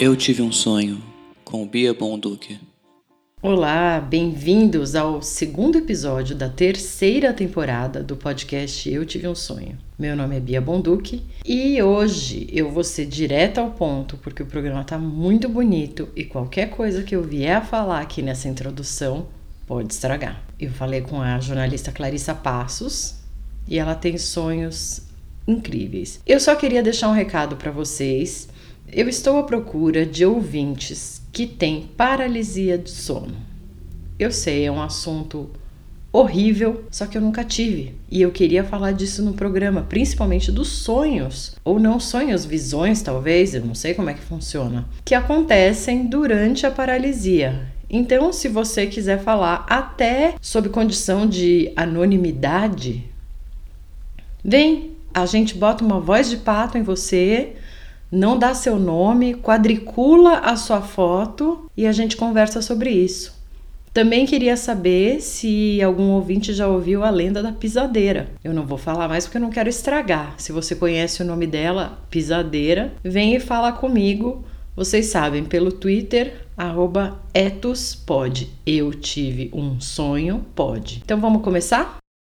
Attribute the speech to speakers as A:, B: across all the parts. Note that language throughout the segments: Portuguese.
A: Eu tive um sonho com Bia Bonduque.
B: Olá, bem-vindos ao segundo episódio da terceira temporada do podcast Eu Tive um Sonho. Meu nome é Bia Bonduque e hoje eu vou ser direto ao ponto porque o programa tá muito bonito e qualquer coisa que eu vier a falar aqui nessa introdução pode estragar. Eu falei com a jornalista Clarissa Passos e ela tem sonhos incríveis. Eu só queria deixar um recado para vocês. Eu estou à procura de ouvintes que têm paralisia de sono. Eu sei, é um assunto horrível, só que eu nunca tive. E eu queria falar disso no programa, principalmente dos sonhos, ou não sonhos, visões talvez, eu não sei como é que funciona, que acontecem durante a paralisia. Então, se você quiser falar até sob condição de anonimidade, vem, a gente bota uma voz de pato em você, não dá seu nome, quadricula a sua foto e a gente conversa sobre isso. Também queria saber se algum ouvinte já ouviu a lenda da pisadeira. Eu não vou falar mais porque eu não quero estragar. Se você conhece o nome dela, pisadeira, vem e fala comigo. Vocês sabem, pelo Twitter, @etospod. Eu tive um sonho, pode. Então vamos começar?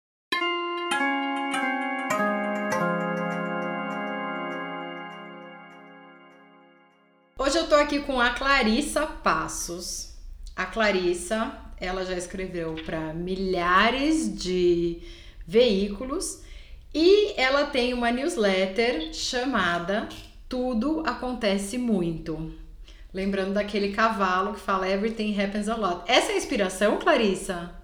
B: Hoje eu tô aqui com a Clarissa Passos. A Clarissa, ela já escreveu para milhares de veículos e ela tem uma newsletter chamada Tudo Acontece Muito. Lembrando daquele cavalo que fala Everything Happens a Lot. Essa é a inspiração, Clarissa?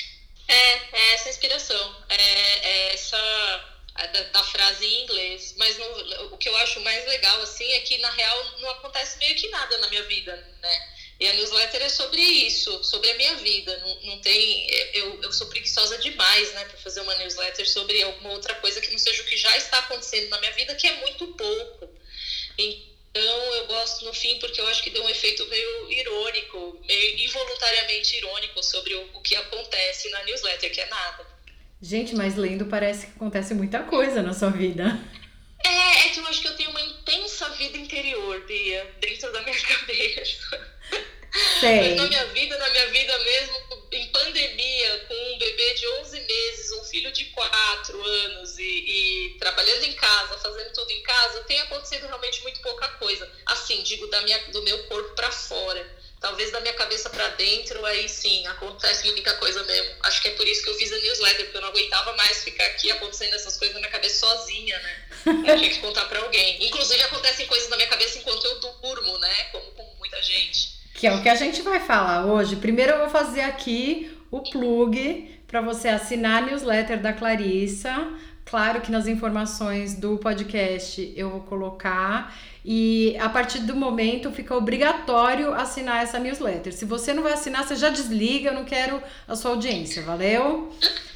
C: É essa a inspiração. É essa da frase em inglês. Mas o que eu acho mais legal, assim, é que, na real, não acontece meio que nada na minha vida, né? E a newsletter é sobre isso, sobre a minha vida. Não tem... Eu sou preguiçosa demais, né, pra fazer uma newsletter sobre alguma outra coisa que não seja o que já está acontecendo na minha vida, que é muito pouco. Então, eu gosto no fim porque eu acho que deu um efeito meio irônico, meio involuntariamente irônico sobre o que acontece na newsletter, que é nada.
B: Gente, mas lendo parece que acontece muita coisa na sua vida.
C: É que eu acho que eu tenho uma intensa vida interior, Bia, dentro da minha cabeça.
B: Sei.
C: Mas na minha vida mesmo, em pandemia, com um bebê de 11 meses, um filho de 4 anos e trabalhando em casa, fazendo tudo em casa, tem acontecido realmente muito pouca coisa. Assim, digo, do meu corpo pra fora. Talvez da minha cabeça pra dentro, aí sim, acontece muita coisa mesmo. Acho que é por isso que eu fiz a newsletter, porque eu não aguentava mais ficar aqui acontecendo essas coisas na minha cabeça sozinha, né? Eu tinha que contar pra alguém. Inclusive, acontecem coisas na minha cabeça enquanto eu durmo, né? Como com muita gente.
B: Que é o que a gente vai falar hoje. Primeiro eu vou fazer aqui o plug para você assinar a newsletter da Clarissa. Claro que nas informações do podcast eu vou colocar. E a partir do momento fica obrigatório assinar essa newsletter. Se você não vai assinar, você já desliga. Eu não quero a sua audiência, valeu?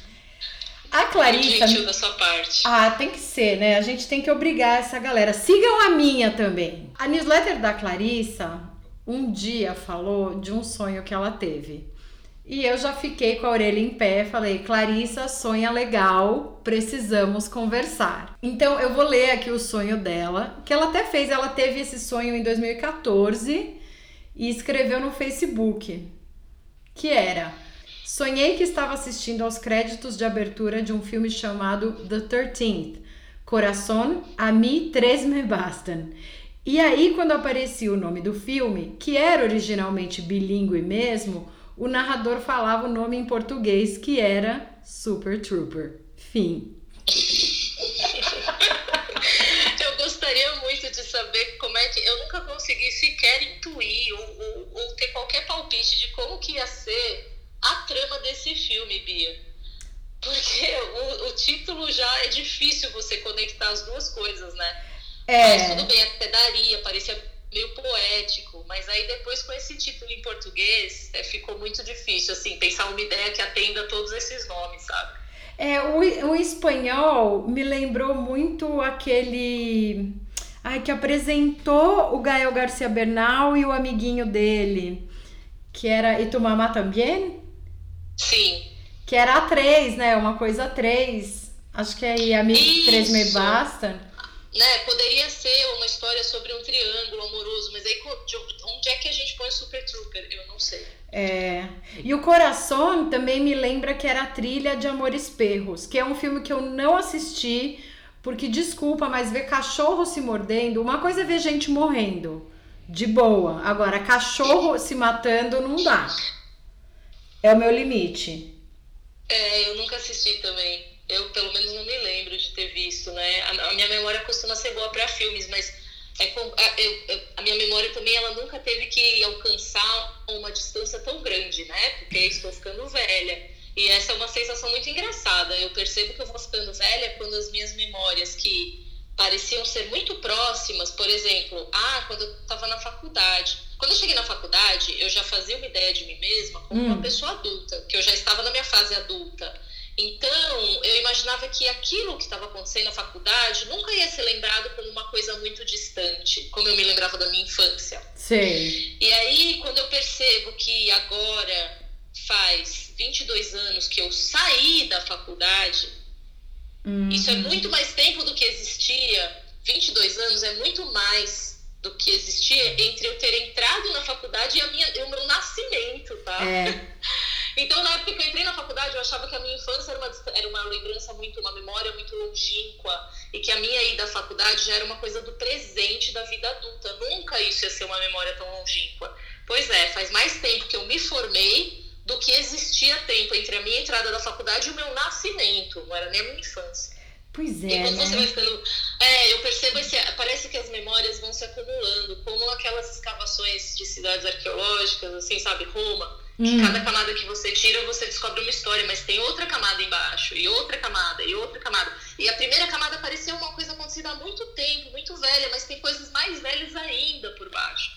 B: A Clarissa...
C: Gentil da sua parte.
B: Tem que ser, né? A gente tem que obrigar essa galera. Sigam a minha também. A newsletter da Clarissa um dia falou de um sonho que ela teve. E eu já fiquei com a orelha em pé, falei, Clarissa, sonha legal, precisamos conversar. Então eu vou ler aqui o sonho dela, que ela até fez, ela teve esse sonho em 2014 e escreveu no Facebook, que era: sonhei que estava assistindo aos créditos de abertura de um filme chamado The 13th, Corazón, a mí tres me bastan. E aí, quando aparecia o nome do filme, que era originalmente bilíngue mesmo, o narrador falava o nome em português, que era Super Trooper. Fim.
C: Eu gostaria muito de saber como é que... Eu nunca consegui sequer intuir ou ter qualquer palpite de como que ia ser a trama desse filme, Bia. Porque o título já é difícil você conectar as duas coisas, né? Mas tudo bem, até daria, parecia meio poético, mas aí depois com esse título em português ficou muito difícil, assim, pensar uma ideia que atenda todos esses nomes, sabe?
B: O espanhol me lembrou muito aquele... que apresentou o Gael García Bernal e o amiguinho dele, que era E tu mamá também?
C: Sim.
B: Que era A3, né? Uma coisa A3. Acho que é aí, a mim 3 me basta.
C: né, poderia ser uma história sobre um triângulo amoroso, mas aí onde é que a gente põe o Super Trooper? Eu não sei.
B: E o Coração também me lembra que era a trilha de Amores Perros, que é um filme que eu não assisti, porque, desculpa, mas ver cachorro se mordendo, uma coisa é ver gente morrendo, de boa. Agora, cachorro se matando não dá. É o meu limite.
C: Eu nunca assisti também. Eu, pelo menos, não me lembro de ter visto, né? A minha memória costuma ser boa para filmes, mas a minha memória também, ela nunca teve que alcançar uma distância tão grande, né? Porque estou ficando velha. E essa é uma sensação muito engraçada. Eu percebo que eu vou ficando velha quando as minhas memórias que pareciam ser muito próximas, por exemplo, quando eu estava na faculdade. Quando eu cheguei na faculdade, eu já fazia uma ideia de mim mesma como uma pessoa adulta, que eu já estava na minha fase adulta. Então, eu imaginava que aquilo que estava acontecendo na faculdade nunca ia ser lembrado como uma coisa muito distante, como eu me lembrava da minha infância.
B: Sim.
C: E aí, quando eu percebo que agora faz 22 anos que eu saí da faculdade, isso é muito mais tempo do que existia. 22 anos é muito mais do que existia entre eu ter entrado na faculdade e o meu nascimento, tá? Então, na época que eu entrei na faculdade, eu achava que a minha infância era uma lembrança uma memória muito longínqua, e que a minha ida à faculdade já era uma coisa do presente da vida adulta. Nunca isso ia ser uma memória tão longínqua. Pois é, faz mais tempo que eu me formei do que existia tempo entre a minha entrada na faculdade e o meu nascimento. Não era nem a minha infância.
B: Pois é,
C: e quando
B: né?
C: você vai ficando... eu percebo, parece que as memórias vão se acumulando, como aquelas escavações de cidades arqueológicas, assim, sabe, Roma, que cada camada que você tira, você descobre uma história, mas tem outra camada embaixo, e outra camada, e outra camada. E a primeira camada pareceu uma coisa acontecida há muito tempo, muito velha, mas tem coisas mais velhas ainda por baixo.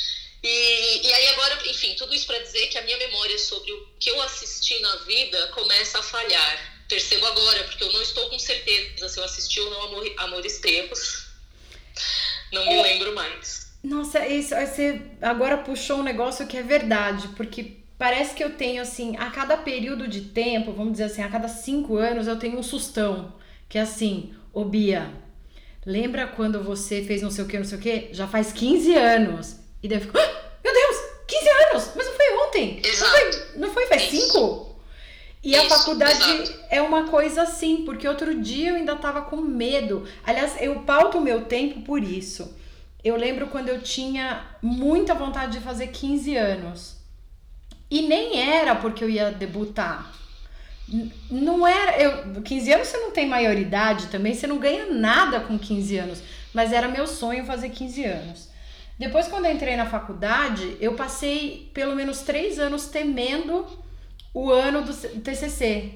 C: E aí agora, enfim, tudo isso para dizer que a minha memória sobre o que eu assisti na vida começa a falhar. Percebo agora, porque eu não estou com certeza se eu assisti ou não Amores Perros. Não me lembro mais.
B: Nossa, você agora puxou um negócio que é verdade, porque parece que eu tenho, assim, a cada período de tempo, vamos dizer assim, a cada 5 anos eu tenho um sustão, que é assim, ô Bia, lembra quando você fez não sei o que, já faz 15 anos. E daí eu fico, meu Deus, 15 anos, mas não foi ontem.
C: Exato.
B: Não foi faz 5? E a faculdade é uma coisa assim, porque outro dia eu ainda tava com medo. Aliás, eu pauto o meu tempo por isso. Eu lembro quando eu tinha muita vontade de fazer 15 anos. E nem era porque eu ia debutar. Não era... 15 anos você não tem maioridade também, você não ganha nada com 15 anos. Mas era meu sonho fazer 15 anos. Depois, quando eu entrei na faculdade, eu passei pelo menos 3 anos temendo o ano do TCC.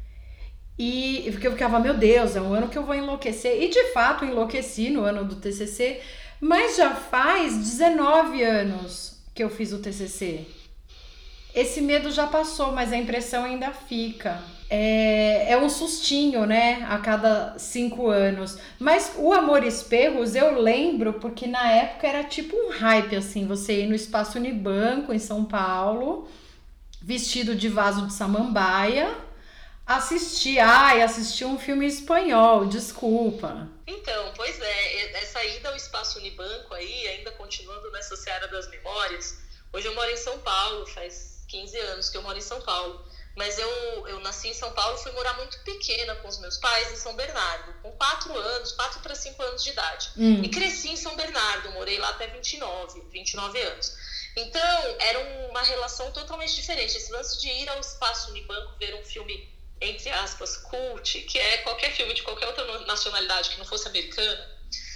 B: E porque eu ficava, meu Deus, é um ano que eu vou enlouquecer. E de fato enlouqueci no ano do TCC, mas já faz 19 anos que eu fiz o TCC. Esse medo já passou, mas a impressão ainda fica. É um sustinho, né? A cada 5 anos. Mas o Amores Perros eu lembro porque na época era tipo um hype, assim. Você ir no Espaço Unibanco, em São Paulo, vestido de vaso de samambaia, assistir um filme espanhol, desculpa.
C: Então, pois é, essa ida ao Espaço Unibanco aí, ainda continuando nessa seara das memórias, hoje eu moro em São Paulo, faz 15 anos que eu moro em São Paulo, mas eu nasci em São Paulo e fui morar muito pequena com os meus pais em São Bernardo, com 4 para 5 anos de idade. E cresci em São Bernardo, morei lá até 29 anos. Então, era uma relação totalmente diferente. Esse lance de ir ao Espaço Unibanco ver um filme, entre aspas, cult, que é qualquer filme de qualquer outra nacionalidade que não fosse americana,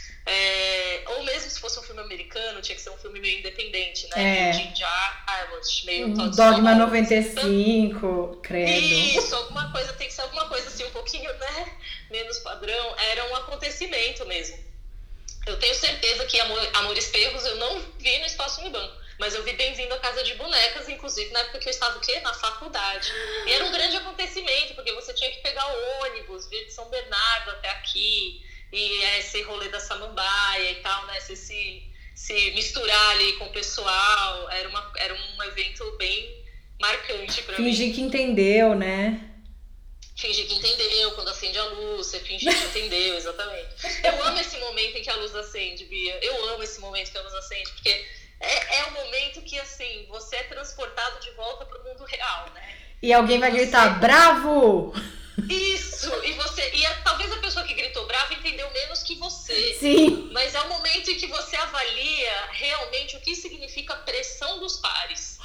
C: ou mesmo se fosse um filme americano, tinha que ser um filme meio independente, né? Meio Jim Jarmusch, meio Todd
B: Dogma
C: Solondz.
B: 95, credo.
C: Isso, alguma coisa, tem que ser alguma coisa assim, um pouquinho, né? Menos padrão. Era um acontecimento mesmo. Eu tenho certeza que Amores Perros eu não vi no Espaço Unibanco. Mas eu vi Bem-vindo à Casa de Bonecas, inclusive na época que eu estava o quê? Na faculdade. E era um grande acontecimento, porque você tinha que pegar o ônibus, vir de São Bernardo até aqui, e esse rolê da samambaia e tal, né? Você se misturar ali com o pessoal. Era um evento bem marcante pra mim.
B: Fingir que entendeu, né?
C: fingir que entendeu, quando acende a luz, você fingir que entendeu, exatamente. Eu amo esse momento em que a luz acende, Bia. Eu amo esse momento que a luz acende, porque é o momento que, assim, você é transportado de volta pro mundo real, né?
B: E alguém vai gritar, bravo!
C: Isso! Talvez a pessoa que gritou bravo entendeu menos que você.
B: Sim.
C: Mas é o momento em que você avalia realmente o que significa pressão dos pares.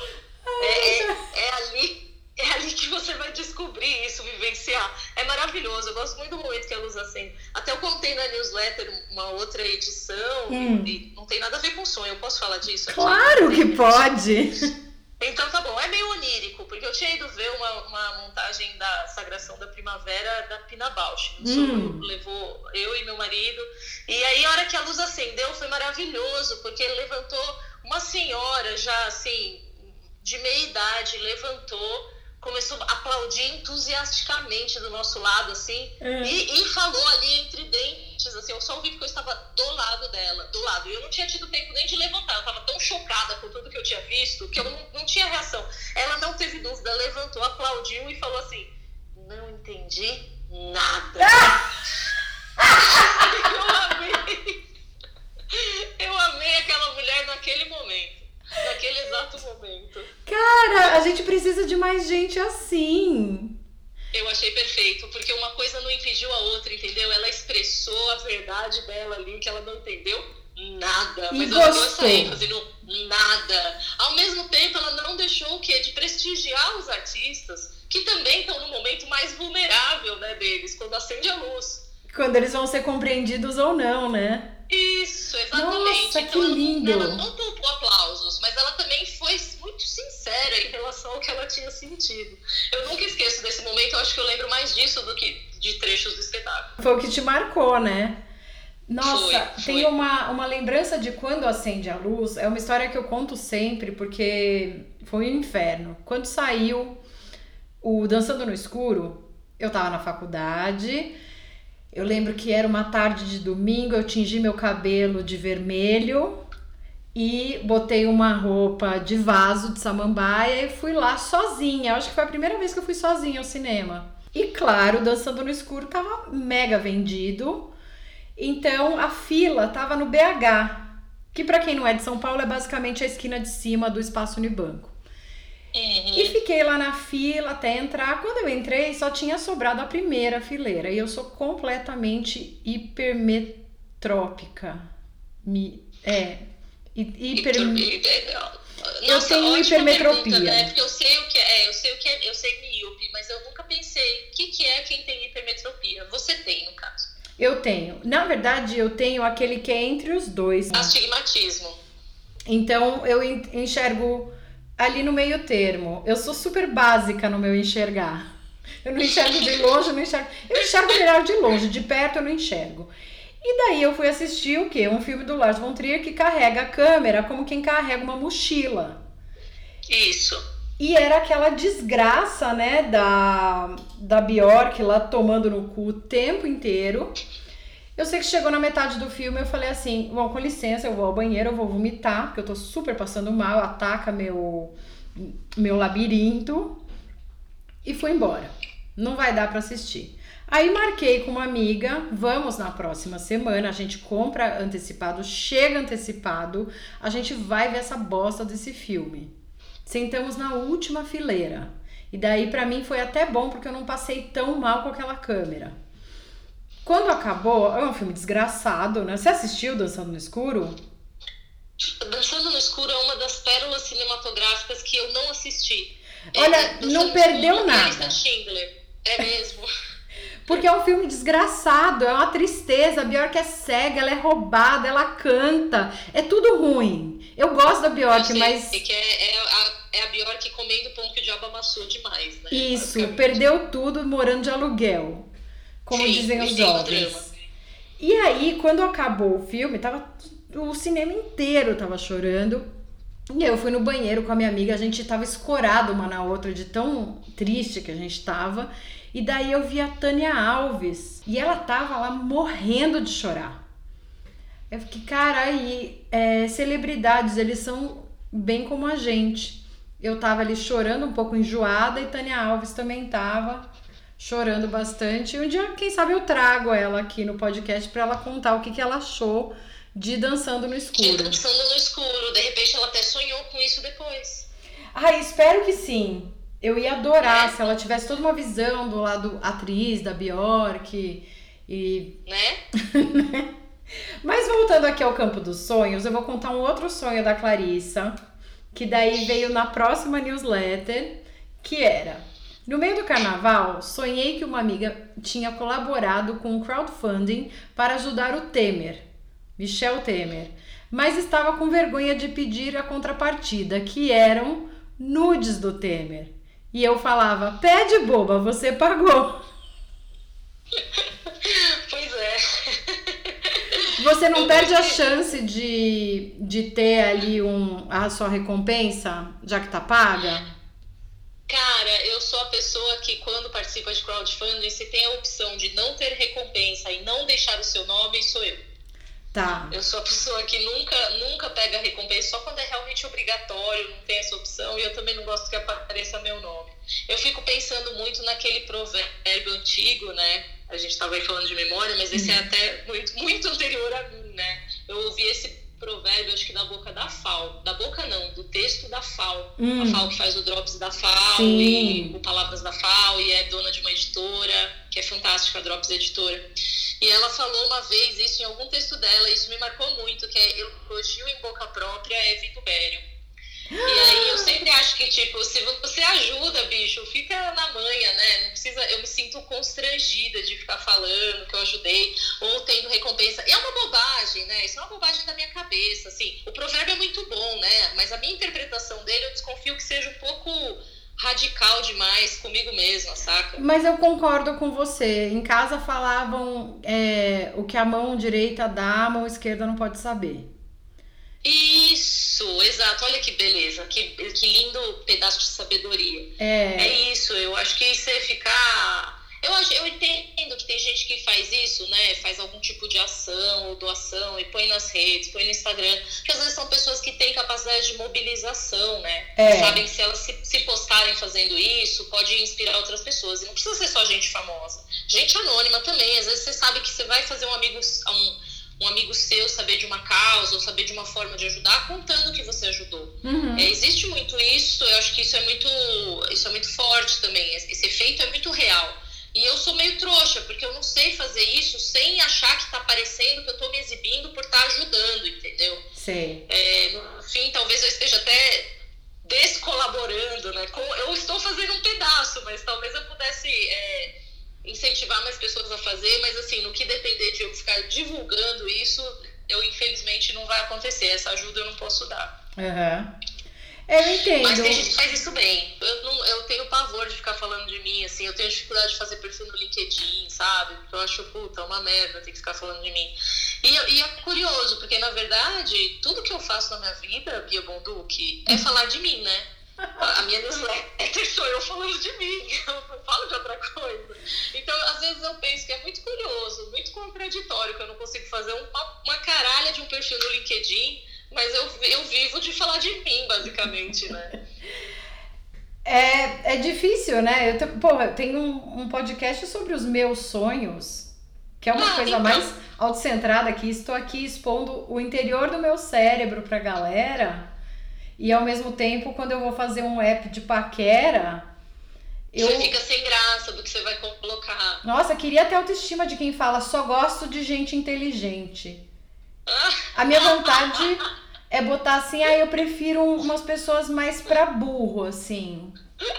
C: É ali que você vai descobrir isso, vivenciar. É maravilhoso, eu gosto muito do momento que a luz acende. Até eu contei na newsletter uma outra edição, e não tem nada a ver com sonho, eu posso falar disso aqui?
B: Claro que pode!
C: Então tá bom, é meio onírico, porque eu tinha ido ver uma montagem da Sagração da Primavera da Pina Bausch. O sogro levou eu e meu marido, e aí a hora que a luz acendeu foi maravilhoso, porque ele levantou uma senhora já assim, de meia idade, levantou, começou a aplaudir entusiasticamente do nosso lado, assim, e falou ali entre dentes, assim, eu só ouvi porque eu estava do lado dela, e eu não tinha tido tempo nem de levantar, eu estava tão chocada com tudo que eu tinha visto, que eu não tinha reação. Ela não teve dúvida, levantou, aplaudiu e falou assim, não entendi nada. Eu amei aquela mulher naquele momento. Naquele exato momento.
B: Cara, a gente precisa de mais gente assim.
C: Eu achei perfeito, porque uma coisa não impediu a outra, entendeu? Ela expressou a verdade dela ali, que ela não entendeu nada.
B: E
C: mas
B: gostou.
C: Ela deu essa ênfase no nada. Ao mesmo tempo, ela não deixou o quê? De prestigiar os artistas, que também estão no momento mais vulnerável, né, deles, quando acende a luz.
B: Quando eles vão ser compreendidos ou não, né?
C: Isso, exatamente.
B: Nossa,
C: então,
B: que lindo!
C: Ela não poupou aplausos, mas ela também foi muito sincera em relação ao que ela tinha sentido. Eu nunca esqueço desse momento, eu acho que eu lembro mais disso do que de trechos do espetáculo.
B: Foi o que te marcou, né? Nossa,
C: Foi.
B: Tem uma lembrança de quando acende a luz, é uma história que eu conto sempre, porque foi um inferno. Quando saiu o Dançando no Escuro, eu tava na faculdade. Eu lembro que era uma tarde de domingo, eu tingi meu cabelo de vermelho e botei uma roupa de vaso de samambaia e fui lá sozinha. Eu acho que foi a primeira vez que eu fui sozinha ao cinema. E claro, Dançando no Escuro tava mega vendido, então a fila tava no BH, que pra quem não é de São Paulo é basicamente a esquina de cima do Espaço Unibanco. E fiquei lá na fila até entrar. Quando eu entrei, só tinha sobrado a primeira fileira. E eu sou completamente hipermetrópica. Eu tenho hipermetropia.
C: Pergunta, né? Porque eu sei o que é, eu sei míope, mas eu nunca pensei o que é quem tem hipermetropia. Você tem, no caso.
B: Eu tenho. Na verdade, eu tenho aquele que é entre os dois.
C: Astigmatismo.
B: Então, eu enxergo ali no meio termo. Eu sou super básica no meu enxergar. Eu não enxergo de longe, eu enxergo melhor de longe, de perto eu não enxergo. E daí eu fui assistir o quê? Um filme do Lars von Trier que carrega a câmera como quem carrega uma mochila.
C: Isso.
B: E era aquela desgraça, né, da Björk lá tomando no cu o tempo inteiro. Eu sei que chegou na metade do filme, eu falei assim, bom, com licença, eu vou ao banheiro, eu vou vomitar, porque eu tô super passando mal, ataca meu labirinto, e fui embora. Não vai dar pra assistir. Aí marquei com uma amiga, vamos na próxima semana, a gente compra antecipado, chega antecipado, a gente vai ver essa bosta desse filme. Sentamos na última fileira. E daí pra mim foi até bom, porque eu não passei tão mal com aquela câmera. Quando acabou, é um filme desgraçado, né? Você assistiu Dançando no Escuro?
C: Dançando no Escuro é uma das pérolas cinematográficas que eu não assisti.
B: Olha, não perdeu nada.
C: É mesmo.
B: Porque é um filme desgraçado, é uma tristeza. A Björk é cega, ela é roubada, ela canta. É tudo ruim. Eu gosto da Björk, mas...
C: É que é a Björk comendo pão que o diabo amassou demais, né?
B: Isso, perdeu tudo morando de aluguel. Como dizem os jovens. E aí, quando acabou o filme, o cinema inteiro tava chorando. E eu fui no banheiro com a minha amiga, a gente tava escorado uma na outra de tão triste que a gente tava. E daí eu vi a Tânia Alves e ela tava lá morrendo de chorar. Eu fiquei, cara, aí, celebridades, eles são bem como a gente. Eu tava ali chorando, um pouco enjoada, e Tânia Alves também tava chorando bastante. E um dia, quem sabe, eu trago ela aqui no podcast para ela contar o que ela achou de Dançando no Escuro.
C: De Dançando no Escuro. De repente ela até sonhou com isso depois.
B: Espero que sim. Eu ia adorar se ela tivesse toda uma visão do lado atriz, da Bjork e...
C: Né?
B: Mas voltando aqui ao campo dos sonhos, eu vou contar um outro sonho da Clarissa, que daí veio na próxima newsletter, que era: no meio do carnaval, sonhei que uma amiga tinha colaborado com um crowdfunding para ajudar o Temer, Michel Temer, mas estava com vergonha de pedir a contrapartida, que eram nudes do Temer. E eu falava: pede, boba, você pagou.
C: Pois é.
B: Você não perde a chance de ter ali a sua recompensa, já que tá paga?
C: Cara, eu sou a pessoa que, quando participa de crowdfunding, se tem a opção de não ter recompensa e não deixar o seu nome, sou eu.
B: Tá.
C: Eu sou a pessoa que nunca pega a recompensa, só quando é realmente obrigatório, não tem essa opção, e eu também não gosto que apareça meu nome. Eu fico pensando muito naquele provérbio antigo, né? A gente estava aí falando de memória, mas esse é até muito anterior a mim, né? Eu ouvi esse provérbio, acho que da boca da FAO. Da boca não, do texto da FAO. A FAO que faz o Drops da FAO,
B: Sim.
C: e o Palavras da FAO, e é dona de uma editora, que é fantástica, a Drops Editora. E ela falou uma vez isso em algum texto dela, e isso me marcou muito, que é: elogio em boca própria é vitupério. E aí eu sempre acho que, tipo, se você ajuda, bicho, fica na manha, né? Não precisa, eu me sinto constrangida de ficar falando que eu ajudei ou tendo recompensa. E é uma bobagem, né? Isso é uma bobagem da minha cabeça, assim. O provérbio é muito bom, né? Mas a minha interpretação dele, eu desconfio que seja um pouco radical demais comigo mesma, saca?
B: Mas eu concordo com você. Em casa falavam o que a mão direita dá, a mão esquerda não pode saber.
C: Isso, exato. Olha que beleza, que lindo pedaço de sabedoria. É isso, eu acho que você ficar... Eu entendo que tem gente que faz isso, né? Faz algum tipo de ação ou doação e põe nas redes, põe no Instagram. Porque às vezes são pessoas que têm capacidade de mobilização, né? Sabem que se elas se postarem fazendo isso, pode inspirar outras pessoas. E não precisa ser só gente famosa. Gente anônima também. Às vezes você sabe que você vai fazer um amigo seu saber de uma causa ou saber de uma forma de ajudar, contando que você ajudou. Existe muito isso. Eu acho que isso é muito forte também. Esse efeito é muito real. E eu sou meio trouxa, porque eu não sei fazer isso sem achar que tá parecendo que eu tô me exibindo por estar ajudando, entendeu?
B: Sei.
C: No fim, talvez eu esteja até descolaborando, né? Eu estou fazendo um pedaço, mas talvez eu pudesse incentivar mais pessoas a fazer, mas assim, no que depender de eu ficar divulgando isso, infelizmente não vai acontecer. Essa ajuda eu não posso dar.
B: Eu entendo.
C: Mas tem gente que faz isso bem. Eu tenho pavor de ficar falando de mim, assim. Eu tenho dificuldade de fazer perfil no LinkedIn, sabe? Porque eu acho, uma merda ter que ficar falando de mim. E é curioso, porque na verdade, tudo que eu faço na minha vida, Bia Bonducchi, é falar de mim, né? A minha newsletter sou eu falando de mim, eu não falo de outra coisa. Então, às vezes eu penso que é muito curioso, muito contraditório, que eu não consigo fazer uma caralha de um perfil no LinkedIn, mas eu vivo de falar de mim, basicamente, né?
B: É difícil, né? Eu tenho um podcast sobre os meus sonhos, que é uma coisa mais autocentrada aqui. Estou aqui expondo o interior do meu cérebro pra galera. E ao mesmo tempo, quando eu vou fazer um app de paquera,
C: você fica sem graça do que você vai colocar.
B: Nossa, queria ter autoestima de quem fala: só gosto de gente inteligente. A minha vontade é botar assim: eu prefiro umas pessoas mais pra burro, assim.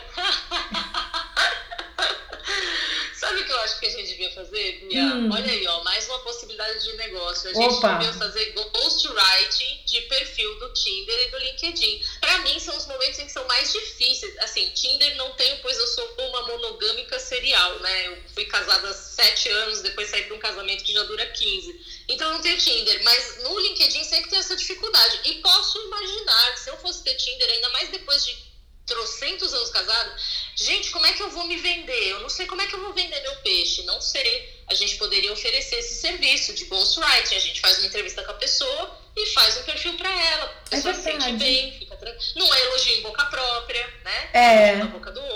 C: Sabe o que eu acho que a gente devia fazer, Bia? Olha aí, mais uma possibilidade de negócio. A gente devia fazer ghostwriting de perfil do Tinder e do LinkedIn. Pra mim, são os momentos em que são mais difíceis. Assim, Tinder não tenho, pois eu sou uma monogâmica serial, né? Eu fui casada há 7 anos, depois saí pra um casamento que já dura 15. Então eu não tenho Tinder, mas no LinkedIn sempre tem essa dificuldade. E posso imaginar que se eu fosse ter Tinder, ainda mais depois de trocentos anos casado, gente, como é que eu vou me vender? Eu não sei como é que eu vou vender meu peixe, não sei. A gente poderia oferecer esse serviço de ghostwriting. A gente faz uma entrevista com a pessoa e faz um perfil pra ela. A pessoa se sente bem, fica tranquila. Não é elogio em boca própria, né? É na boca do outro.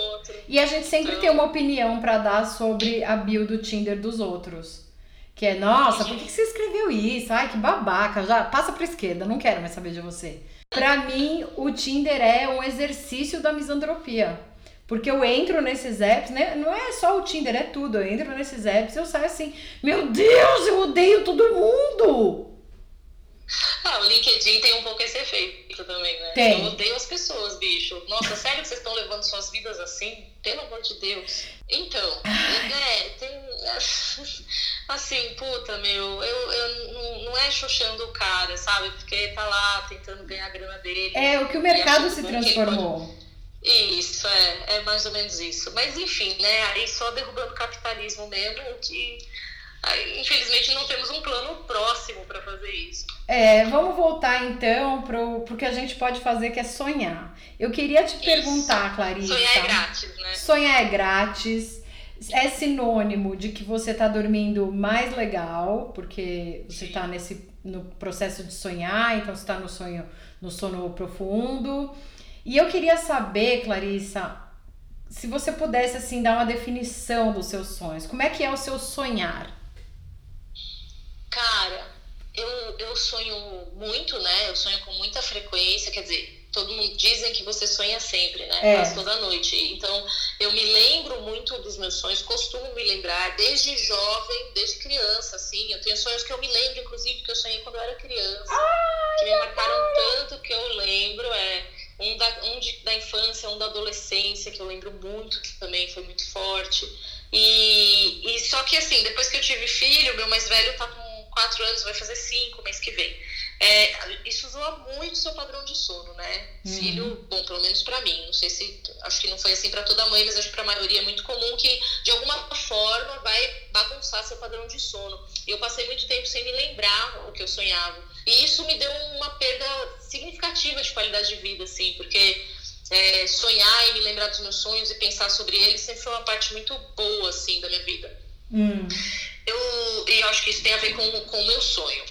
B: E a gente sempre tem uma opinião pra dar sobre a bio do Tinder dos outros. Que é, nossa, por que você escreveu isso? Ai, que babaca, já passa pra esquerda, não quero mais saber de você. Pra mim, o Tinder é um exercício da misantropia. Porque eu entro nesses apps, né? Não é só o Tinder, é tudo. Eu entro nesses apps e eu saio assim, meu Deus, eu odeio todo mundo!
C: O LinkedIn tem um pouco esse efeito também, né?
B: Tem.
C: Eu odeio as pessoas, bicho. Nossa, sério que vocês estão levando suas vidas assim? Pelo amor de Deus. Então, tem... Assim, puta, eu não é xoxando o cara, sabe? Porque tá lá tentando ganhar a grana dele.
B: É o que o mercado se transformou.
C: Isso, é mais ou menos isso. Mas enfim, né? Aí só derrubando o capitalismo mesmo, que... Aí, infelizmente não temos um plano próximo para fazer isso.
B: Vamos voltar então pro que a gente pode fazer, que é sonhar. Eu queria te perguntar, Clarissa.
C: Sonhar é grátis, né?
B: Sonhar é grátis. É sinônimo de que você tá dormindo mais legal, porque você tá no processo de sonhar, então você tá no sono profundo. E eu queria saber, Clarissa, se você pudesse assim dar uma definição dos seus sonhos. Como é que é o seu sonhar?
C: Cara, eu sonho muito, né? Eu sonho com muita frequência, quer dizer, todo mundo dizem que você sonha sempre, né? Quase toda noite. Então, eu me lembro muito dos meus sonhos, costumo me lembrar desde jovem, desde criança, assim. Eu tenho sonhos que eu me lembro, inclusive, que eu sonhei quando eu era criança, que me marcaram tanto que eu lembro, um da infância, um da adolescência, que eu lembro muito, que também foi muito forte. E só que, assim, depois que eu tive filho, meu mais velho tá com 4 anos, vai fazer 5 mês que vem. Isso zoa muito o seu padrão de sono, né? Filho, bom, pelo menos pra mim, não sei se, acho que não foi assim pra toda mãe, mas acho que pra maioria é muito comum que de alguma forma vai bagunçar seu padrão de sono. E eu passei muito tempo sem me lembrar o que eu sonhava. E isso me deu uma perda significativa de qualidade de vida, assim, porque sonhar e me lembrar dos meus sonhos e pensar sobre eles sempre foi uma parte muito boa, assim, da minha vida. Eu acho que isso tem a ver com o meu sonho.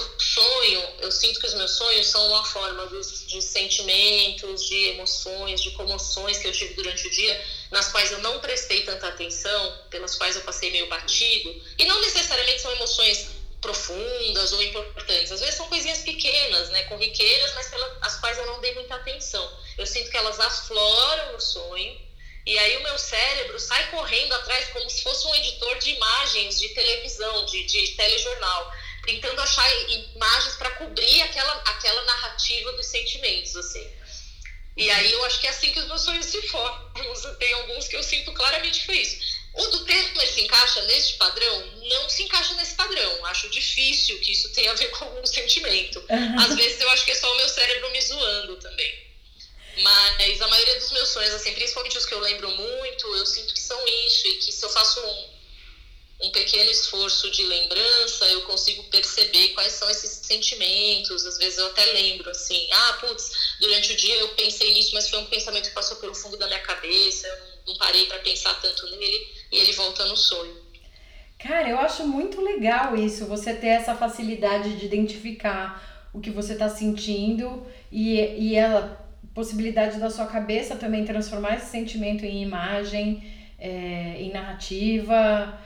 C: Eu sinto que os meus sonhos são uma forma de sentimentos, de emoções, de comoções que eu tive durante o dia, nas quais eu não prestei tanta atenção, pelas quais eu passei meio batido. E não necessariamente são emoções profundas ou importantes. Às vezes são coisinhas pequenas, né, corriqueiras, mas pelas quais eu não dei muita atenção. Eu sinto que elas afloram no sonho. E aí o meu cérebro sai correndo atrás como se fosse um editor de imagens de televisão, de telejornal, tentando achar imagens para cobrir aquela narrativa dos sentimentos, assim. E aí eu acho que é assim que os meus sonhos se formam. Tem alguns que eu sinto claramente que foi isso. O do tempo, ele se encaixa nesse padrão? Não se encaixa nesse padrão. Acho difícil que isso tenha a ver com algum sentimento. Às vezes eu acho que é só o meu cérebro me zoando também. Mas a maioria dos meus sonhos, assim, principalmente os que eu lembro muito, eu sinto que são isso. E que se eu faço um pequeno esforço de lembrança, eu consigo perceber quais são esses sentimentos. Às vezes eu até lembro, assim, durante o dia eu pensei nisso, mas foi um pensamento que passou pelo fundo da minha cabeça, eu não parei para pensar tanto nele, e ele volta no sonho.
B: Cara, eu acho muito legal isso, você ter essa facilidade de identificar o que você está sentindo e a possibilidade da sua cabeça também transformar esse sentimento em imagem, em narrativa.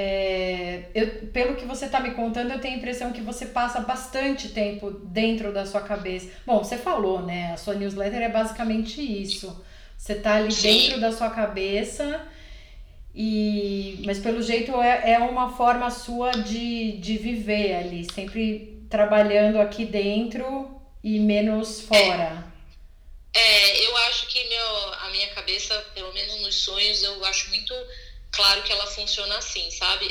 B: Pelo que você está me contando, eu tenho a impressão que você passa bastante tempo dentro da sua cabeça. Bom, você falou, né? A sua newsletter é basicamente isso. Você está ali dentro da sua cabeça, mas pelo jeito é uma forma sua de viver ali, sempre trabalhando aqui dentro e menos fora.
C: Eu acho que a minha cabeça, pelo menos nos sonhos, eu acho muito claro que ela funciona assim, sabe?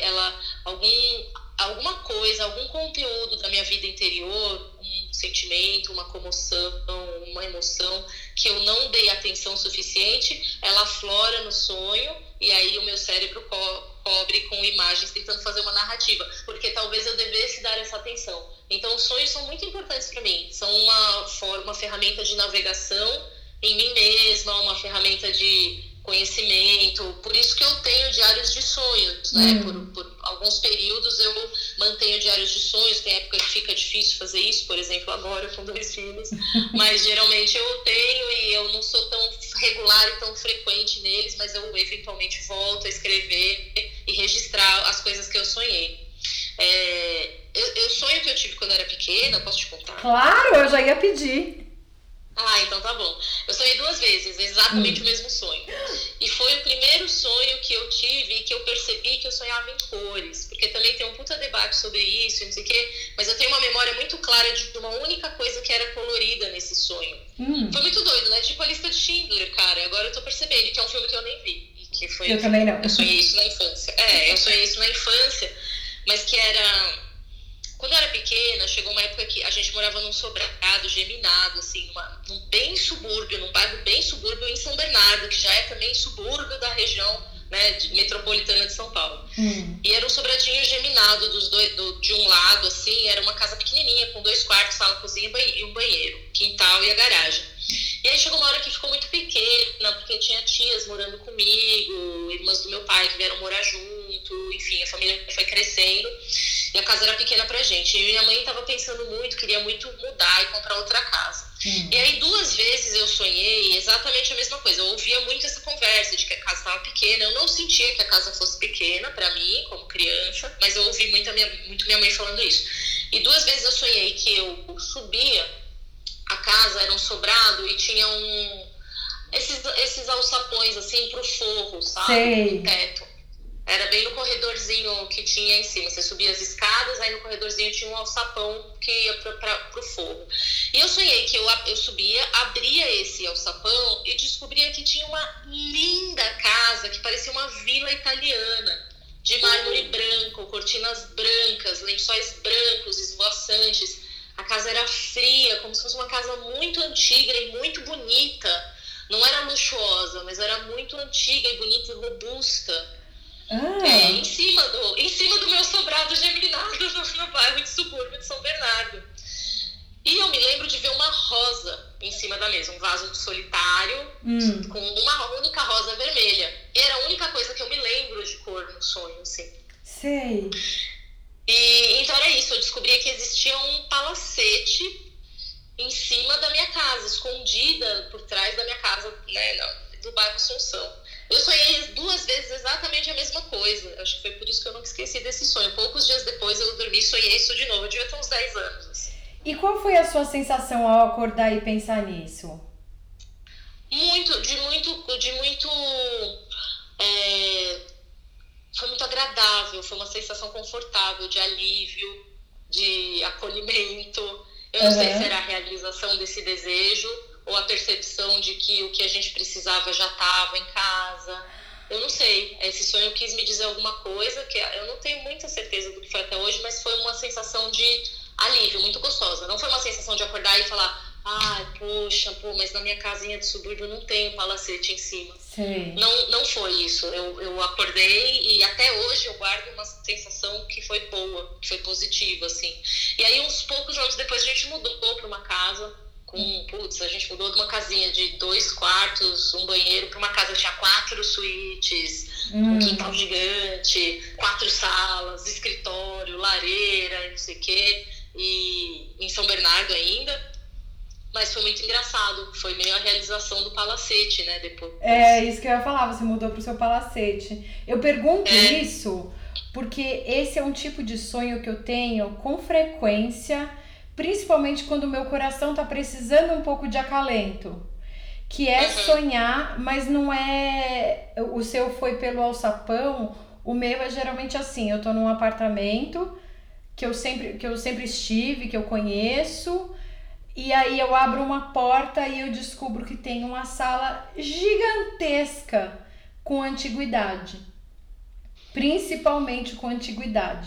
C: Alguma coisa, algum conteúdo da minha vida interior, um sentimento, uma comoção, uma emoção que eu não dei atenção suficiente, ela aflora no sonho e aí o meu cérebro cobre com imagens tentando fazer uma narrativa, porque talvez eu devesse dar essa atenção. Então os sonhos são muito importantes para mim, são uma ferramenta de navegação em mim mesma, uma ferramenta de conhecimento, por isso que eu tenho diários de sonhos, né? Por alguns períodos eu mantenho diários de sonhos, tem época que fica difícil fazer isso, por exemplo, agora com 2 filhos, mas geralmente eu tenho e eu não sou tão regular e tão frequente neles, mas eu eventualmente volto a escrever e registrar as coisas que eu sonhei. Eu sonho que eu tive quando eu era pequena, posso te contar?
B: Claro, eu já ia pedir.
C: Ah, então tá bom. Eu sonhei 2 vezes, exatamente o mesmo sonho. E foi o primeiro sonho que eu tive e que eu percebi que eu sonhava em cores. Porque também tem um puta debate sobre isso e não sei o quê. Mas eu tenho uma memória muito clara de uma única coisa que era colorida nesse sonho. Foi muito doido, né? Tipo a lista de Schindler, cara. Agora eu tô percebendo que é um filme que eu nem vi. E que foi,
B: eu também não.
C: Eu sonhei isso na infância. Eu sonhei isso na infância. Mas que era... Quando eu era pequena, chegou uma época que a gente morava num sobrado geminado, assim, num bem subúrbio, num bairro bem subúrbio em São Bernardo, que já é também subúrbio da região, né, metropolitana de São Paulo. E era um sobradinho geminado de um lado, assim, era uma casa pequenininha, com 2 quartos, sala, cozinha e um banheiro, quintal e a garagem. E aí chegou uma hora que ficou muito pequena, porque tinha tias morando comigo, irmãs do meu pai que vieram morar junto, enfim, a família foi crescendo e a casa era pequena pra gente. E minha mãe tava pensando muito, queria muito mudar e comprar outra casa. E aí 2 vezes eu sonhei exatamente a mesma coisa. Eu ouvia muito essa conversa de que a casa estava pequena. Eu não sentia que a casa fosse pequena pra mim, como criança, mas eu ouvi muito minha mãe falando isso. E 2 vezes eu sonhei que eu subia, a casa era um sobrado e tinha esses alçapões assim pro forro, sabe?
B: Sei.
C: No teto. Era bem no corredorzinho que tinha em cima. Você subia as escadas, aí no corredorzinho tinha um alçapão que ia pro forro. E eu sonhei que eu subia, abria esse alçapão e descobria que tinha uma linda casa que parecia uma vila italiana, de mármore branco, cortinas brancas, lençóis brancos esvoaçantes. A casa era fria, como se fosse uma casa muito antiga e muito bonita. Não era luxuosa, mas era muito antiga e bonita e robusta. Em cima do meu sobrado geminado no bairro de subúrbio de São Bernardo. E eu me lembro de ver uma rosa em cima da mesa, um vaso solitário com uma única rosa vermelha. E era a única coisa que eu me lembro de cor no sonho, assim.
B: Sei.
C: E então era isso, eu descobri que existia um palacete em cima da minha casa, escondida por trás da minha casa, né, do bairro Assunção. Eu sonhei 2 vezes exatamente a mesma coisa. Acho que foi por isso que eu nunca esqueci desse sonho. Poucos dias depois eu dormi e sonhei isso de novo. Eu devia ter uns 10 anos. Assim.
B: E qual foi a sua sensação ao acordar e pensar nisso?
C: Foi muito agradável. Foi uma sensação confortável, de alívio, de acolhimento. Eu não sei se era a realização desse desejo ou a percepção de que o que a gente precisava já estava em casa. Eu não sei, esse sonho quis me dizer alguma coisa, que eu não tenho muita certeza do que foi até hoje, mas foi uma sensação de alívio, muito gostosa. Não foi uma sensação de acordar e falar, poxa, mas na minha casinha de subúrbio não tem um palacete em cima.
B: Sim.
C: Não foi isso, eu acordei e até hoje eu guardo uma sensação que foi boa, que foi positiva, assim. E aí uns poucos anos depois a gente mudou para uma casa, a gente mudou de uma casinha de 2 quartos, um banheiro, para uma casa que tinha 4 suítes, um quintal gigante, 4 salas, escritório, lareira, não sei o quê, e em São Bernardo ainda. Mas foi muito engraçado, foi meio a realização do palacete, né, depois.
B: Isso que eu ia falar, você mudou pro seu palacete. Eu pergunto isso porque esse é um tipo de sonho que eu tenho com frequência, principalmente quando o meu coração tá precisando um pouco de acalento. Que é sonhar, mas não é... O seu foi pelo alçapão, o meu é geralmente assim, eu tô num apartamento que eu sempre estive, que eu conheço... E aí eu abro uma porta e eu descubro que tem uma sala gigantesca com antiguidade. Principalmente com antiguidade.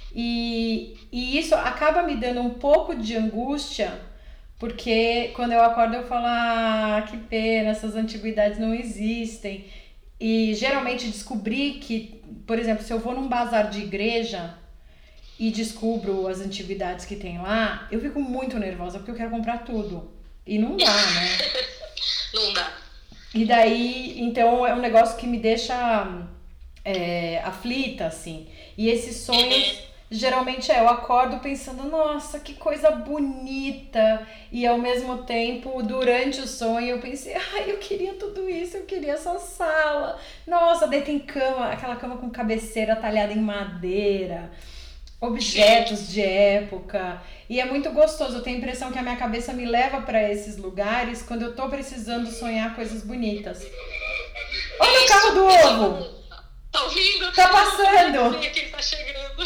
B: E isso acaba me dando um pouco de angústia, porque quando eu acordo eu falo, que pena, essas antiguidades não existem. E geralmente descobri que, por exemplo, se eu vou num bazar de igreja... e descubro as antiguidades que tem lá, eu fico muito nervosa, porque eu quero comprar tudo. E não dá, né?
C: Não dá.
B: E daí, então, é um negócio que me deixa aflita, assim. E esses sonhos geralmente eu acordo pensando, nossa, que coisa bonita. E ao mesmo tempo, durante o sonho, eu pensei, ai, eu queria tudo isso, eu queria essa sala. Nossa, daí tem cama, aquela cama com cabeceira talhada em madeira, objetos de época. E é muito gostoso, eu tenho a impressão que a minha cabeça me leva para esses lugares quando eu tô precisando sonhar coisas bonitas. Olha o carro do ovo!
C: Tá ouvindo?
B: Tá passando!
C: Aqui ele tá chegando.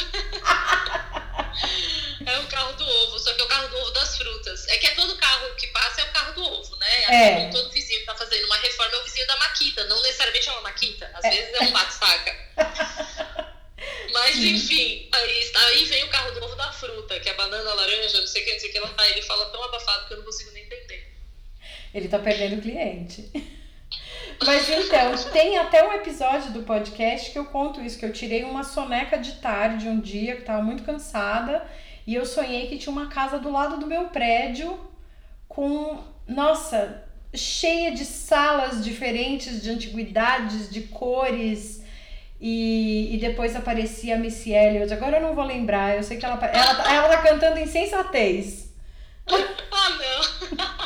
C: É o carro do ovo, só que é o carro do ovo das frutas. É que é todo carro que passa é o carro do ovo, né? Assim, todo vizinho que tá fazendo uma reforma é o vizinho da Maquita. Não necessariamente é uma Maquita, às vezes é um bate-saca. Mas enfim, aí vem o carro do ovo da fruta, que é banana, laranja, não sei o que, não sei o que. Ele fala tão abafado que eu não consigo nem entender.
B: Ele tá perdendo cliente. Mas então, tem até um episódio do podcast que eu conto isso, que eu tirei uma soneca de tarde um dia, que tava muito cansada, e eu sonhei que tinha uma casa do lado do meu prédio com, nossa, cheia de salas diferentes, de antiguidades, de cores, e depois aparecia a Missy Elliott. Agora eu não vou lembrar, eu sei que ela tá cantando Insensatez.
C: Ah, não!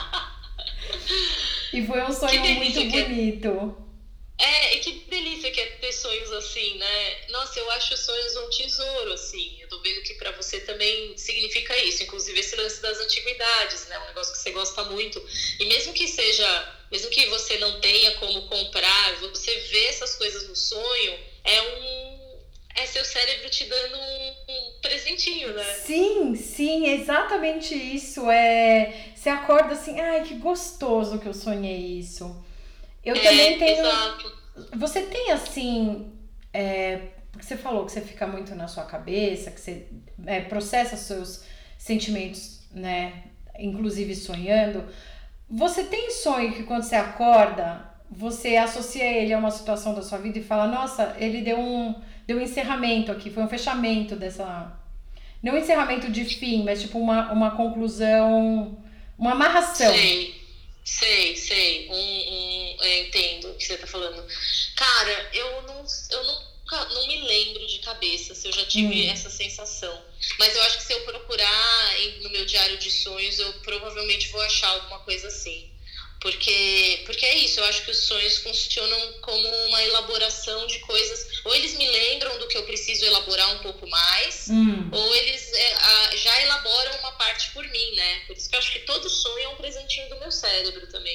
B: E foi um sonho muito bonito.
C: E que delícia que é ter sonhos assim, né? Nossa, eu acho sonhos um tesouro, assim. Eu tô vendo que pra você também significa isso. Inclusive esse lance das antiguidades, né? Um negócio que você gosta muito. E mesmo que você não tenha como comprar, você vê essas coisas no sonho, é seu cérebro te dando um presentinho, né?
B: Sim, exatamente isso. Você acorda assim, ai, que gostoso que eu sonhei isso. Eu também tenho...
C: Exato.
B: Você tem assim... Porque você falou que você fica muito na sua cabeça, que você processa seus sentimentos, né? Inclusive sonhando. Você tem sonho que quando você acorda, você associa ele a uma situação da sua vida e fala, nossa, ele deu um encerramento aqui, foi um fechamento dessa... Não um encerramento de fim, mas tipo uma conclusão, uma amarração.
C: Sei. Eu entendo o que você tá falando. Cara, eu não me lembro de cabeça se eu já tive essa sensação. Mas eu acho que se eu procurar no meu diário de sonhos, eu provavelmente vou achar alguma coisa assim. Porque é isso, eu acho que os sonhos funcionam como uma elaboração de coisas. Ou eles me lembram do que eu preciso elaborar um pouco mais, ou eles já elaboram uma parte por mim, né? Por isso que eu acho que todo sonho é um presentinho do meu cérebro também.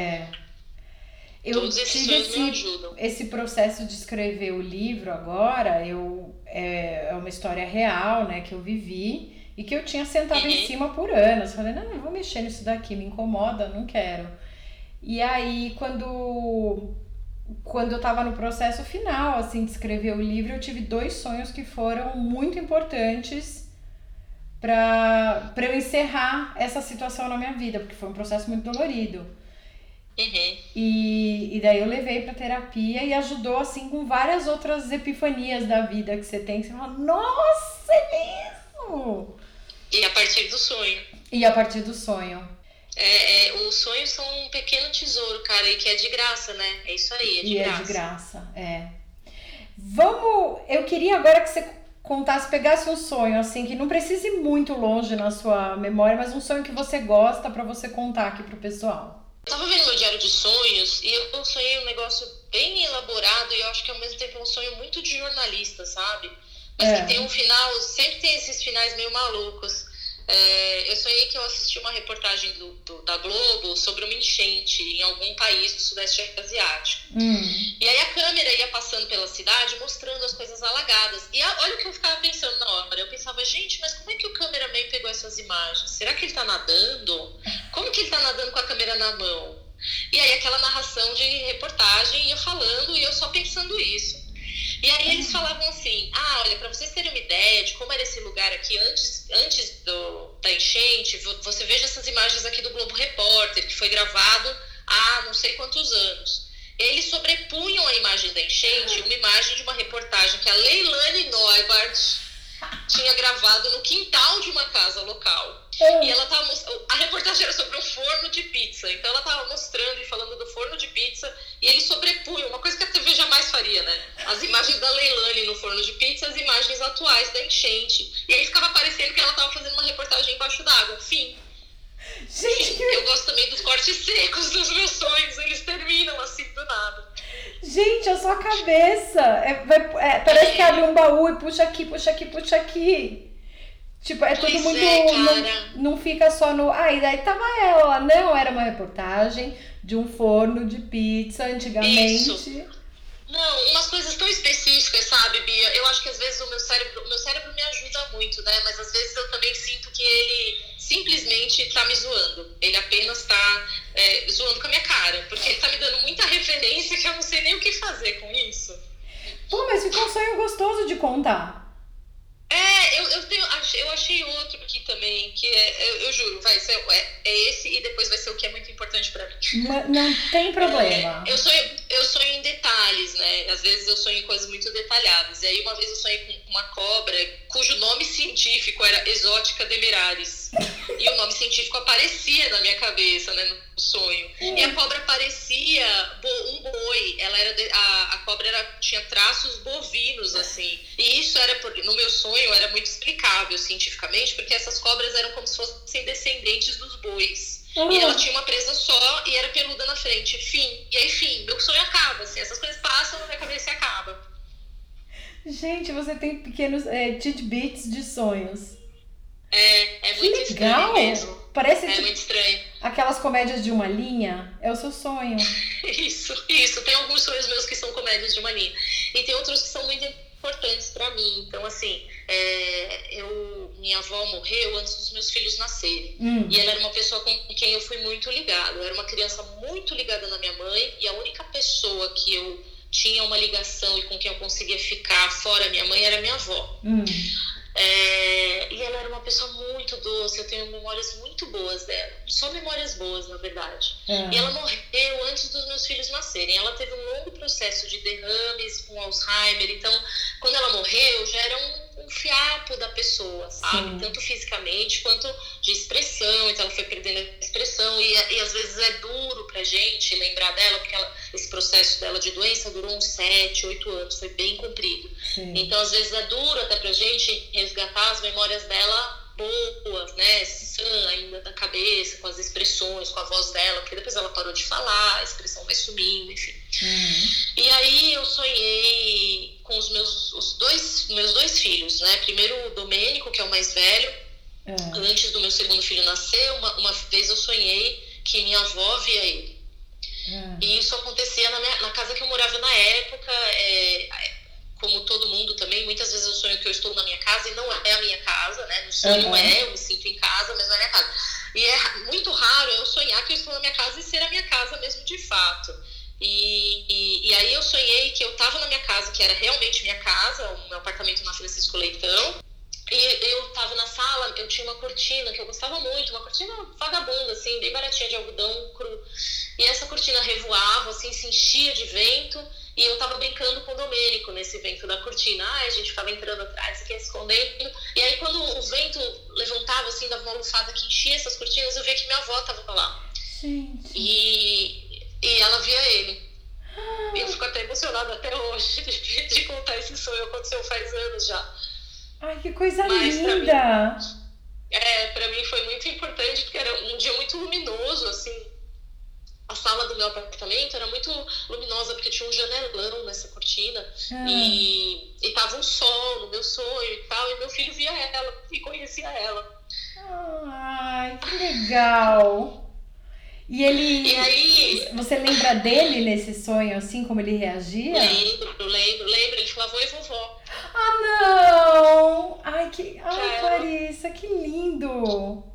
B: Eu tive esse processo de escrever o livro agora, é uma história real, né, que eu vivi e que eu tinha sentado em cima por anos. Falei, não, eu vou mexer nisso daqui, me incomoda, não quero. E aí, quando eu tava no processo final, assim, de escrever o livro, eu tive 2 sonhos que foram muito importantes pra eu encerrar essa situação na minha vida, porque foi um processo muito dolorido. E daí eu levei pra terapia e ajudou, assim, com várias outras epifanias da vida que você tem, que você fala, nossa, é mesmo!
C: E a partir do sonho. Os sonhos são um pequeno tesouro, cara, e que é de graça, né? É isso aí,
B: é de graça. Eu queria agora que você pegasse um sonho, assim, que não precise ir muito longe na sua memória, mas um sonho que você gosta pra você contar aqui pro pessoal.
C: Eu tava vendo meu diário de sonhos e eu sonhei um negócio bem elaborado e eu acho que ao mesmo tempo é um sonho muito de jornalista, sabe? Mas que tem um final, sempre tem esses finais meio malucos. Eu sonhei que eu assisti uma reportagem da Globo sobre uma enchente em algum país do Sudeste Asiático. E aí a câmera ia passando pela cidade mostrando as coisas alagadas. E olha o que eu ficava pensando na hora. Eu pensava, gente, mas como é que o cameraman pegou essas imagens? Será que ele tá nadando? Como que ele tá nadando com a câmera na mão? E aí aquela narração de reportagem ia falando e eu só pensando isso. E aí eles falavam assim, olha, para vocês terem uma ideia de como era esse lugar aqui antes da enchente, você veja essas imagens aqui do Globo Repórter, que foi gravado há não sei quantos anos. Eles sobrepunham a imagem da enchente, uma imagem de uma reportagem que a Leilani Neubart tinha gravado no quintal de uma casa local. E ela tava a reportagem era sobre um forno de pizza, então ela tava mostrando e falando do forno de pizza, e eles sobrepunham, uma coisa que a TV jamais faria, né? As imagens da Leilani no forno de pizza as imagens atuais da enchente. E aí ficava parecendo que ela estava fazendo uma reportagem embaixo d'água. Fim.
B: Gente,
C: Eu gosto também dos cortes secos dos meus sonhos, eles terminam assim do nada.
B: gente, a sua cabeça parece que abre um baú e puxa aqui, puxa aqui, puxa aqui. Tipo, é tudo
C: Pois
B: muito.
C: é, cara.
B: Não fica só no. Ah, e daí tava ela. Não, era uma reportagem de um forno de pizza antigamente.
C: Isso. Não, umas coisas tão específicas, sabe, Bia? Eu acho que às vezes o meu cérebro me ajuda muito, né? Mas às vezes eu também sinto que ele simplesmente tá me zoando. Ele apenas tá zoando com a minha cara. Porque ele tá me dando muita referência que eu não sei nem o que fazer com isso.
B: Pô, mas ficou um sonho gostoso de contar.
C: Eu achei outro aqui também, que eu juro, vai ser esse e depois vai ser o que é muito importante pra mim.
B: Não tem problema.
C: Eu sonho em detalhes, né? Às vezes eu sonho em coisas muito detalhadas. E aí uma vez eu sonhei com uma cobra cujo nome científico era Exótica demiraris. E o nome científico aparecia na minha cabeça, né, no sonho. E a cobra parecia um boi. A cobra tinha traços bovinos, assim. E isso no meu sonho era muito explicável cientificamente, porque essas cobras eram como se fossem descendentes dos bois. E ela tinha uma presa só e era peluda na frente. Fim. E aí, fim. Meu sonho acaba, assim. Essas coisas passam na minha cabeça e acaba.
B: Gente, você tem pequenos tidbits de sonhos.
C: É muito estranho mesmo.
B: Parece
C: muito estranho.
B: Aquelas comédias de uma linha. É o seu sonho.
C: Isso. Tem alguns sonhos meus que são comédias de uma linha. E tem outros que são muito importantes pra mim. Então, assim, minha avó morreu antes dos meus filhos nascerem. E ela era uma pessoa com quem eu fui muito ligada. Eu era uma criança muito ligada na minha mãe. E a única pessoa que eu tinha uma ligação e com quem eu conseguia ficar fora minha mãe era minha avó. E ela era uma pessoa muito doce. Eu tenho memórias muito boas dela. Só memórias boas, na verdade. E ela morreu antes dos meus filhos nascerem. Ela teve um longo processo de derrames com Alzheimer. Então, quando ela morreu, já era um fiapo da pessoa, sabe? Sim. Tanto fisicamente quanto de expressão. Então ela foi perdendo a expressão. E às vezes é duro pra gente lembrar dela, porque esse processo dela de doença durou uns 7, 8 anos. Foi bem comprido. Sim. Então às vezes é duro até pra gente resgatar as memórias dela boas, né, sã ainda da cabeça, com as expressões, com a voz dela, porque depois ela parou de falar, a expressão vai sumindo, enfim. E aí eu sonhei com os meus dois filhos, né, primeiro o Domênico, que é o mais velho, antes do meu segundo filho nascer, uma vez eu sonhei que minha avó via ele. E isso acontecia na casa que eu morava na época, como todo mundo também, muitas vezes eu sonho que eu estou na minha casa e não é a minha casa, né? No sonho eu me sinto em casa, mas não é a minha casa. E é muito raro eu sonhar que eu estou na minha casa e ser a minha casa mesmo de fato. E aí eu sonhei que eu estava na minha casa, que era realmente minha casa, o meu apartamento na Francisco Leitão. E eu estava na sala, eu tinha uma cortina que eu gostava muito, uma cortina vagabunda, assim, bem baratinha de algodão cru. E essa cortina revoava, assim, se enchia de vento. E eu tava brincando com o Domênico nesse vento da cortina. A gente ficava entrando atrás, aqui escondendo. E aí quando o vento levantava, assim, dava uma lufada que enchia essas cortinas, eu via que minha avó tava lá. Gente. E ela via ele. E eu fico até emocionada até hoje de contar esse sonho. Aconteceu faz anos já.
B: Ai, que coisa linda!
C: Pra mim foi muito importante, porque era um dia muito luminoso, assim. A sala do meu apartamento era muito luminosa, porque tinha um janelão nessa cortina. E tava um sol no meu sonho e tal. E meu filho via ela e conhecia ela.
B: Ai, que legal! E aí, você lembra dele nesse sonho, assim, como ele reagia?
C: Lembro. Ele falava, oi, vovó.
B: Ah, não! Ai, Clarissa, que lindo!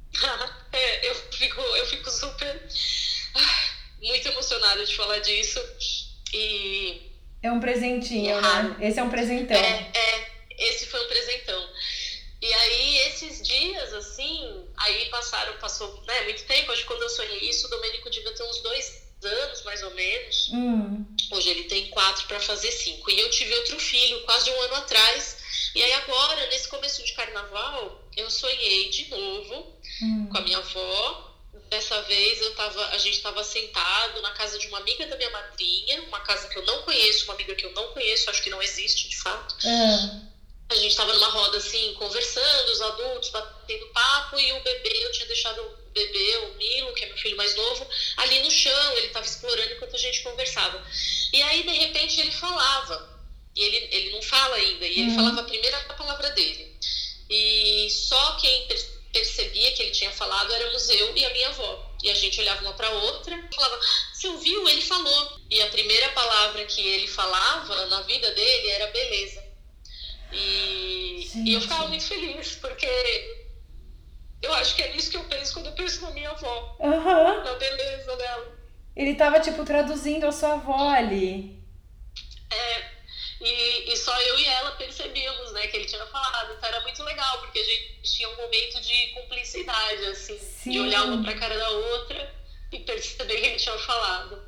C: Eu fico super... muito emocionada de falar disso. E...
B: é um presentinho, né? Esse é um presentão.
C: Esse foi um presentão. E aí, esses dias, assim, aí passou, né, muito tempo. Acho que quando eu sonhei isso, o Domênico devia ter uns 2 anos, mais ou menos. Hoje ele tem 4 para fazer 5. E eu tive outro filho, quase um ano atrás. E aí agora, nesse começo de carnaval, eu sonhei de novo com a minha avó, dessa vez a gente estava sentado na casa de uma amiga da minha madrinha, uma casa que eu não conheço, uma amiga que eu não conheço, acho que não existe de fato. A gente estava numa roda assim, conversando, os adultos batendo papo, e o bebê, eu tinha deixado o bebê, o Milo, que é meu filho mais novo, ali no chão, ele estava explorando enquanto a gente conversava. E aí, de repente, ele falava, e ele não fala ainda, e ele falava a primeira palavra dele. E só quem percebia que ele tinha falado éramos eu e a minha avó. E a gente olhava uma para outra e falava, você ouviu? Ele falou. E a primeira palavra que ele falava na vida dele era beleza. E eu ficava muito feliz, porque eu acho que é isso que eu penso quando eu penso na minha avó. Na beleza dela.
B: Ele tava, tipo, traduzindo a sua avó ali.
C: E só eu e ela percebíamos, né, que ele tinha falado. Então era muito legal, porque a gente tinha um momento de cumplicidade, assim. Sim. De olhar uma pra cara da outra e perceber que ele tinha falado.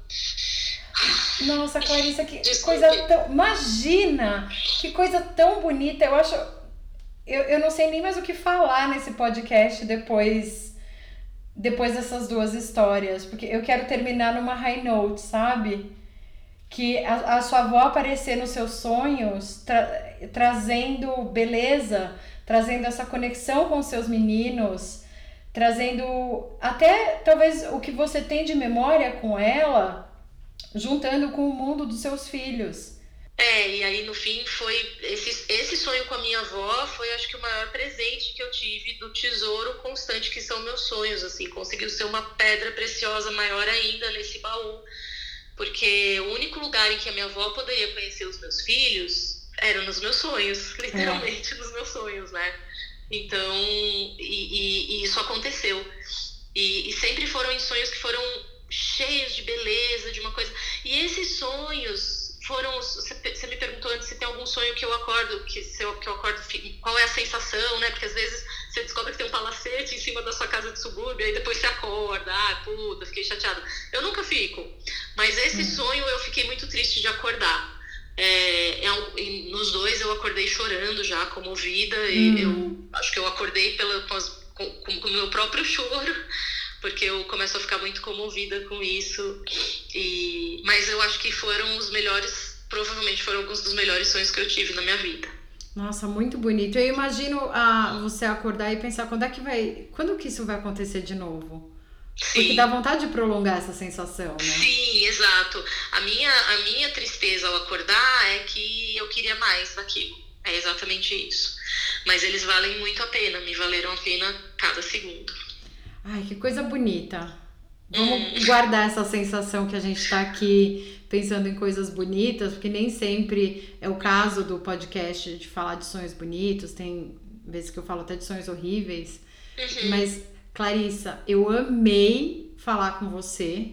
B: Nossa, Clarissa, que coisa tão... Imagina! Que coisa tão bonita. Eu acho... Eu não sei nem mais o que falar nesse podcast depois dessas duas histórias. Porque eu quero terminar numa high note, sabe? Que a sua avó aparecer nos seus sonhos, trazendo beleza, trazendo essa conexão com os seus meninos, trazendo até talvez o que você tem de memória com ela, juntando com o mundo dos seus filhos.
C: E aí no fim foi esse sonho com a minha avó foi, acho que, o maior presente que eu tive do tesouro constante que são meus sonhos, assim, conseguiu ser uma pedra preciosa maior ainda nesse baú, porque o único lugar em que a minha avó poderia conhecer os meus filhos era nos meus sonhos, literalmente nos meus sonhos, né? Então, e isso aconteceu, e sempre foram em sonhos que foram cheios de beleza, de uma coisa, e esses sonhos foram, você me perguntou antes se tem algum sonho que eu acordo, que eu acordo, qual é a sensação, né? Porque às vezes você descobre que tem um palacete em cima da sua casa de subúrbio, aí depois você acorda, puta, fiquei chateada. Eu nunca fico, mas esse sonho eu fiquei muito triste de acordar. Nos dois eu acordei chorando já, comovida, e eu acho que eu acordei com o meu próprio choro, porque eu começo a ficar muito comovida com isso, mas eu acho que foram os melhores, provavelmente foram alguns dos melhores sonhos que eu tive na minha vida.
B: Nossa, muito bonito. Eu imagino você acordar e pensar quando que isso vai acontecer de novo? Sim. Porque dá vontade de prolongar essa sensação, né?
C: Sim, exato. A minha tristeza ao acordar é que eu queria mais daquilo. É exatamente isso. Mas eles valem muito a pena, me valeram a pena cada segundo.
B: Ai, que coisa bonita. Vamos guardar essa sensação que a gente tá aqui pensando em coisas bonitas, porque nem sempre é o caso do podcast de falar de sonhos bonitos. Tem vezes que eu falo até de sonhos horríveis. Mas, Clarissa, eu amei falar com você.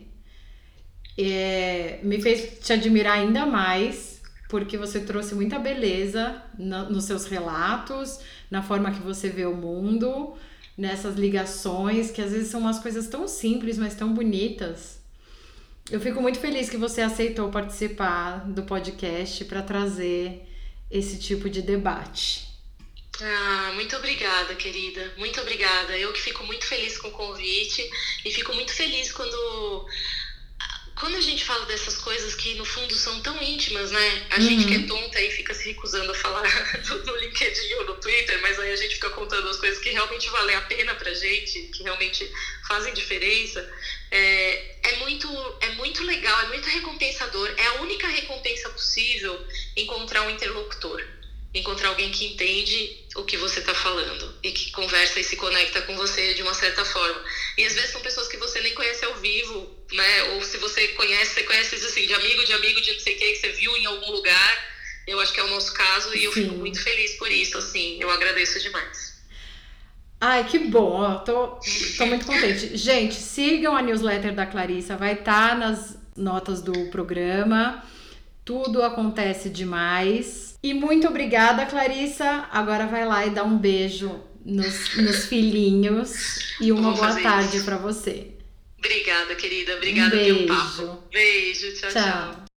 B: Me fez te admirar ainda mais, porque você trouxe muita beleza nos seus relatos, na forma que você vê o mundo, nessas ligações, que às vezes são umas coisas tão simples, mas tão bonitas. Eu fico muito feliz que você aceitou participar do podcast para trazer esse tipo de debate.
C: Muito obrigada, querida. Muito obrigada. Eu que fico muito feliz com o convite e fico muito feliz quando a gente fala dessas coisas que no fundo são tão íntimas, né? A gente que é tonta aí fica se recusando a falar no LinkedIn ou no Twitter, mas aí a gente fica contando as coisas que realmente valem a pena pra gente, que realmente fazem diferença. É muito legal, é muito recompensador. É a única recompensa possível encontrar um interlocutor. Encontrar alguém que entende o que você está falando e que conversa e se conecta com você de uma certa forma. E às vezes são pessoas que você nem conhece ao vivo, né? Ou se você conhece assim, de amigo, de não sei o que você viu em algum lugar. Eu acho que é o nosso caso e eu fico muito feliz por isso, assim. Eu agradeço demais.
B: Ai, que bom. Tô muito contente. Gente, sigam a newsletter da Clarissa. Vai estar nas notas do programa. Tudo acontece demais. E muito obrigada, Clarissa. Agora vai lá e dá um beijo nos filhinhos. E uma boa tarde para você.
C: Obrigada, querida. Obrigada pelo papo. Beijo. Tchau.